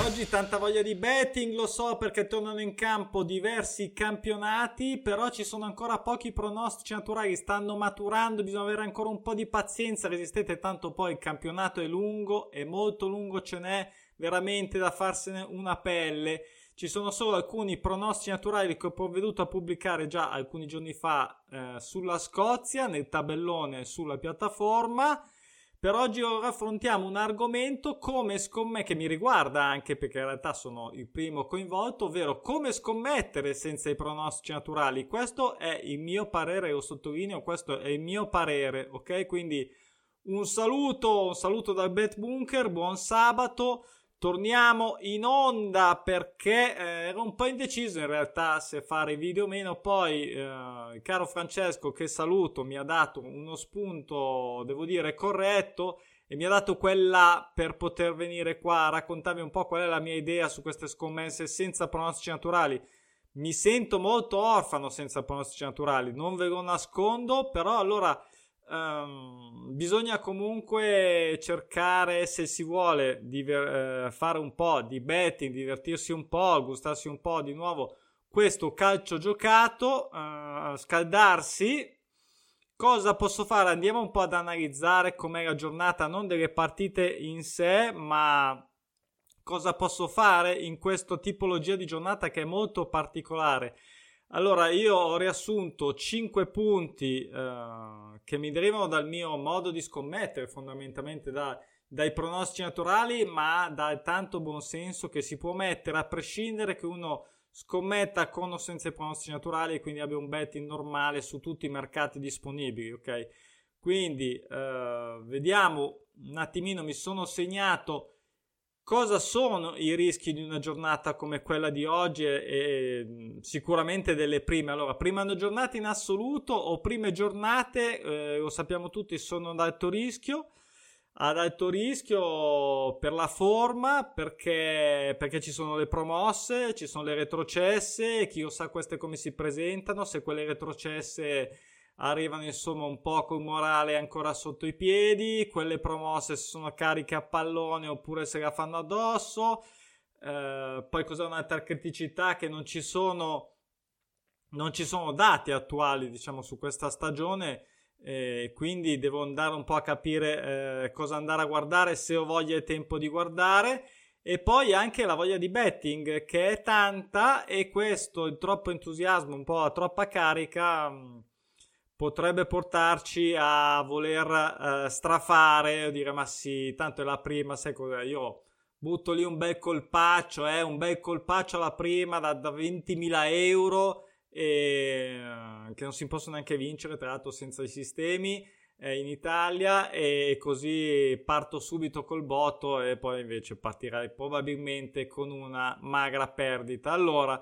Oggi tanta voglia di betting, lo so, perché tornano in campo diversi campionati, però ci sono ancora pochi pronostici naturali, stanno maturando, bisogna avere ancora un po' di pazienza, resistete, tanto poi il campionato è lungo, è molto lungo, ce n'è veramente da farsene una pelle. Ci sono solo alcuni pronostici naturali che ho provveduto a pubblicare già alcuni giorni fa sulla Scozia, nel tabellone sulla piattaforma. Per oggi ora affrontiamo un argomento come che mi riguarda anche perché in realtà sono il primo coinvolto, ovvero come scommettere senza i pronostici naturali. Questo è il mio parere, lo sottolineo, questo è il mio parere, ok? Quindi un saluto dal Bet Bunker, buon sabato. Torniamo in onda perché ero un po' indeciso in realtà se fare video o meno. Poi il caro Francesco, che saluto, mi ha dato uno spunto, devo dire, corretto, e mi ha dato quella per poter venire qua a raccontarvi un po' qual è la mia idea su queste scommesse senza pronostici naturali. Mi sento molto orfano senza pronostici naturali, non ve lo nascondo, però allora bisogna comunque cercare, se si vuole fare un po' di betting, divertirsi un po', gustarsi un po' di nuovo questo calcio giocato, scaldarsi. Cosa posso fare? Andiamo un po' ad analizzare com'è la giornata, non delle partite in sé, ma cosa posso fare in questa tipologia di giornata che è molto particolare. Allora, io ho riassunto 5 punti che mi derivano dal mio modo di scommettere, fondamentalmente dai pronostici naturali, ma dal tanto buonsenso che si può mettere a prescindere che uno scommetta con o senza i pronostici naturali e quindi abbia un betting normale su tutti i mercati disponibili, ok? Quindi vediamo un attimino, mi sono segnato cosa sono i rischi di una giornata come quella di oggi e sicuramente delle prime. Allora, prime giornate in assoluto o prime giornate, lo sappiamo tutti, sono ad alto rischio per la forma, perché ci sono le promosse, ci sono le retrocesse, chi lo sa queste come si presentano, se quelle retrocesse arrivano insomma un po' col morale ancora sotto i piedi, quelle promosse se sono cariche a pallone oppure se la fanno addosso. Poi cos'è un'altra criticità? Che non ci sono dati attuali, diciamo, su questa stagione, quindi devo andare un po' a capire cosa andare a guardare, se ho voglia e tempo di guardare. E poi anche la voglia di betting, che è tanta, e questo, il troppo entusiasmo, un po' la troppa carica, potrebbe portarci a voler strafare o dire ma sì, tanto è la prima, sai cosa, io butto lì un bel colpaccio alla prima da 20.000 euro che non si possono neanche vincere, tra l'altro senza i sistemi in Italia, e così parto subito col botto e poi invece partirei probabilmente con una magra perdita. Allora,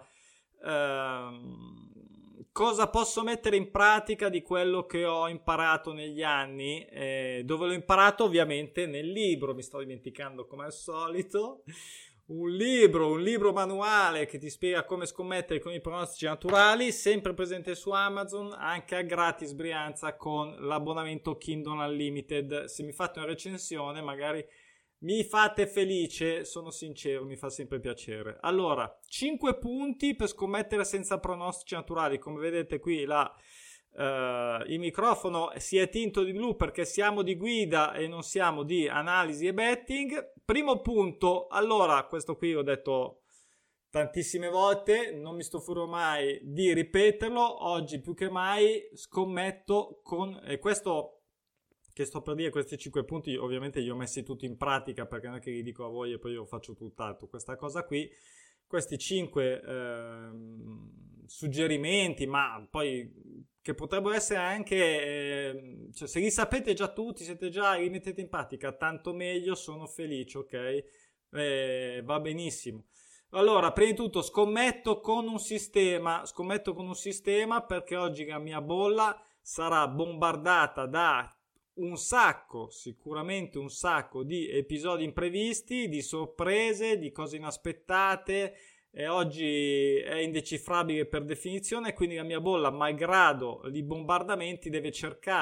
cosa posso mettere in pratica di quello che ho imparato negli anni? Dove l'ho imparato? Ovviamente nel libro, mi sto dimenticando come al solito. Un libro manuale che ti spiega come scommettere con i pronostici naturali, sempre presente su Amazon, anche a gratis Brianza con l'abbonamento Kindle Unlimited. Se mi fate una recensione magari mi fate felice, sono sincero, mi fa sempre piacere. Allora, 5 punti per scommettere senza pronostici naturali. Come vedete qui il microfono si è tinto di blu perché siamo di guida e non siamo di analisi e betting. Primo punto, allora, questo qui l'ho detto tantissime volte, non mi stufurò mai di ripeterlo, oggi più che mai scommetto con... E questo che sto per dire, questi 5 punti ovviamente li ho messi tutti in pratica perché non è che li dico a voi e poi io faccio tutt'altro. Questa cosa qui, questi 5 suggerimenti, ma poi che potrebbero essere anche cioè, se li sapete già tutti, siete già, li mettete in pratica, tanto meglio, sono felice, ok? Va benissimo. Allora, prima di tutto scommetto con un sistema perché oggi la mia bolla sarà bombardata da sicuramente un sacco di episodi imprevisti, di sorprese, di cose inaspettate, e oggi è indecifrabile per definizione, quindi la mia bolla, malgrado i bombardamenti, deve cercare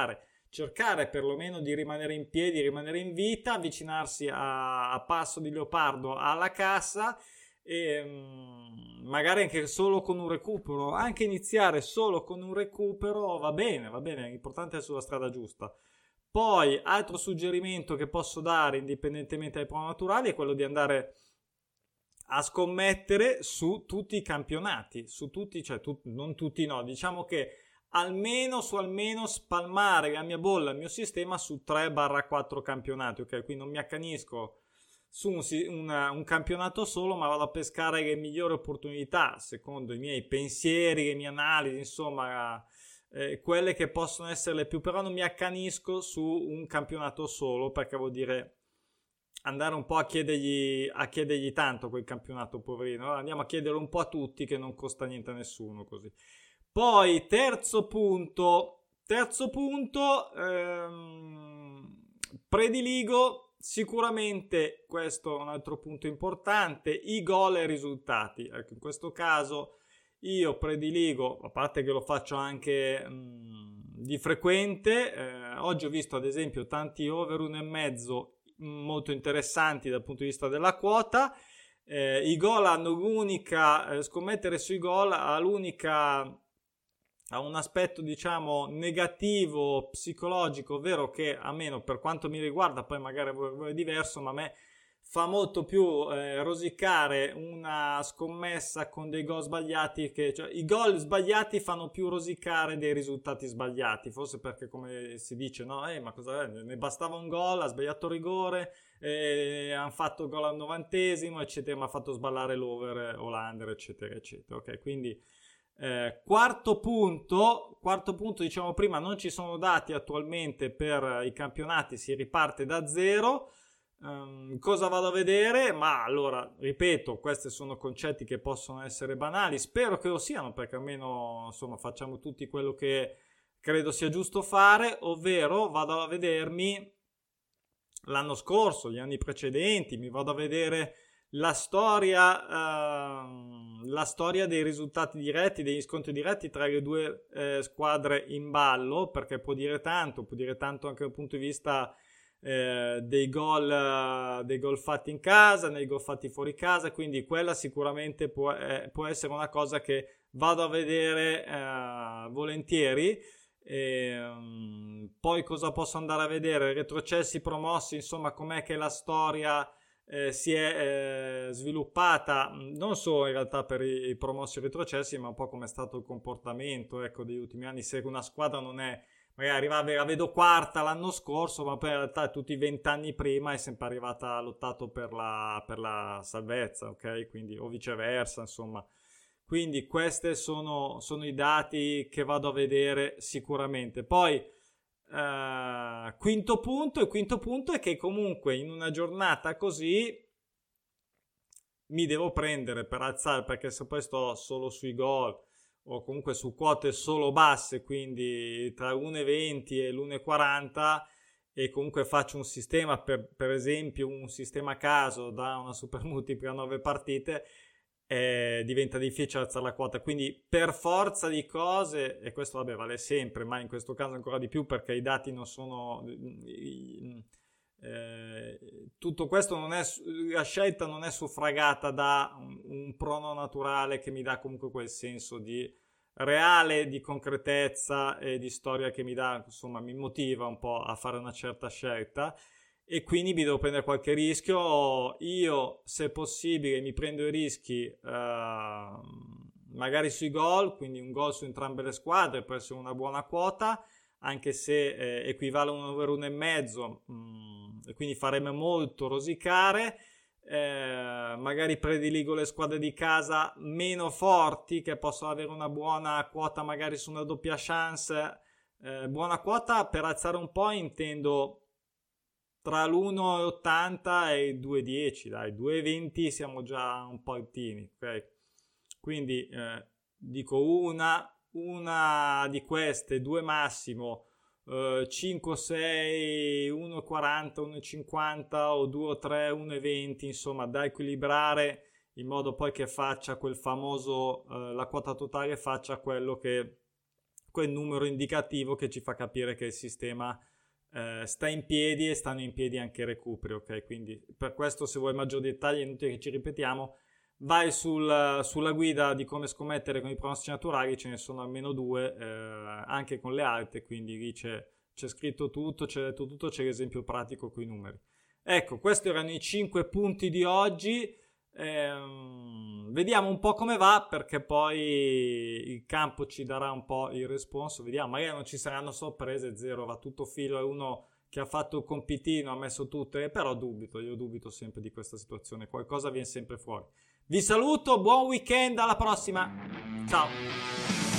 cercare perlomeno di rimanere in piedi, rimanere in vita, avvicinarsi a passo di leopardo alla cassa e magari anche solo con un recupero, anche iniziare solo con un recupero va bene, l'importante è sulla strada giusta. Poi altro suggerimento che posso dare indipendentemente dai pronoturali è quello di andare a scommettere su tutti i campionati, su tutti, cioè non tutti no, diciamo che almeno spalmare la mia bolla, il mio sistema su 3-4 campionati, ok? Quindi non mi accanisco su un campionato solo, ma vado a pescare le migliori opportunità secondo i miei pensieri, le mie analisi, insomma, quelle che possono essere le più, però non mi accanisco su un campionato solo, perché vuol dire andare un po' a chiedergli tanto quel campionato, poverino. Allora andiamo a chiedere un po' a tutti, che non costa niente a nessuno, così. Poi terzo punto, prediligo sicuramente, questo è un altro punto importante, i gol e i risultati. Ecco, in questo caso io prediligo, a parte che lo faccio anche di frequente, oggi ho visto ad esempio tanti over 1,5 molto interessanti dal punto di vista della quota. I gol hanno l'unica, scommettere sui gol ha un aspetto diciamo negativo psicologico, ovvero che almeno per quanto mi riguarda, poi magari voi è diverso, ma a me fa molto più rosicare una scommessa con dei gol sbagliati, cioè i gol sbagliati fanno più rosicare dei risultati sbagliati, forse perché come si dice, no? Ma cosa è? Ne bastava un gol, ha sbagliato il rigore, hanno fatto gol al 90esimo, eccetera, ma ha fatto sballare l'over o l'under, eccetera, eccetera. Ok, quindi quarto punto, diciamo prima, non ci sono dati attualmente per i campionati, si riparte da zero. Cosa vado a vedere? Ma allora, ripeto, questi sono concetti che possono essere banali, spero che lo siano, perché almeno insomma facciamo tutti quello che credo sia giusto fare, ovvero vado a vedermi l'anno scorso, gli anni precedenti, mi vado a vedere la storia dei risultati diretti, degli scontri diretti tra le due squadre in ballo, perché può dire tanto anche dal punto di vista dei gol fatti in casa, nei gol fatti fuori casa, quindi quella sicuramente può essere una cosa che vado a vedere volentieri. Poi cosa posso andare a vedere? Retrocessi, promossi, insomma, com'è che la storia si è sviluppata, non solo in realtà per i promossi e retrocessi, ma un po' come è stato il comportamento, ecco, degli ultimi anni. Se una squadra non è, magari la vedo quarta l'anno scorso, ma poi in realtà tutti i 20 anni prima è sempre arrivata a lottato per la salvezza, ok? Quindi, o viceversa, insomma. Quindi questi sono i dati che vado a vedere sicuramente. Poi il quinto punto è che comunque in una giornata così mi devo prendere per alzare, perché se poi sto solo sui gol o comunque su quote solo basse, quindi tra l'1,20 e l'1,40, e comunque faccio un sistema, per esempio un sistema a caso da una super multipla a 9 partite, diventa difficile alzare la quota. Quindi per forza di cose, e questo vabbè vale sempre, ma in questo caso ancora di più perché i dati non sono tutto questo non è, la scelta non è suffragata da un prono naturale che mi dà comunque quel senso di reale, di concretezza e di storia che mi dà, insomma mi motiva un po' a fare una certa scelta, e quindi mi devo prendere qualche rischio. Io, se possibile, mi prendo i rischi magari sui gol, quindi un gol su entrambe le squadre può essere una buona quota, anche se equivale a un over 1,5, e quindi farebbe molto rosicare. Magari prediligo le squadre di casa meno forti, che possono avere una buona quota magari su una doppia chance. Buona quota per alzare un po' intendo tra l'1,80 e il 2,10, dai, 2,20 siamo già un po' altini, ok? Quindi dico una di queste, due massimo, 5, 6, 1,40, 1,50 o 2 o 3, 1,20, insomma, da equilibrare in modo poi che faccia quel famoso, la quota totale faccia quello che quel numero indicativo che ci fa capire che il sistema sta in piedi e stanno in piedi anche i recuperi, ok? Quindi per questo, se vuoi maggiori dettagli, è inutile che ci ripetiamo, vai sulla guida di come scommettere con i pronostici naturali, ce ne sono almeno 2, anche con le alte, quindi lì c'è scritto tutto, c'è detto tutto, c'è l'esempio pratico con i numeri. Ecco, questi erano i 5 punti di oggi. Vediamo un po' come va, perché poi il campo ci darà un po' il responso. Vediamo, magari non ci saranno sorprese, 0 va tutto filo, è uno che ha fatto il compitino, ha messo tutte, però io dubito sempre di questa situazione, qualcosa viene sempre fuori. Vi saluto, buon weekend, alla prossima, ciao.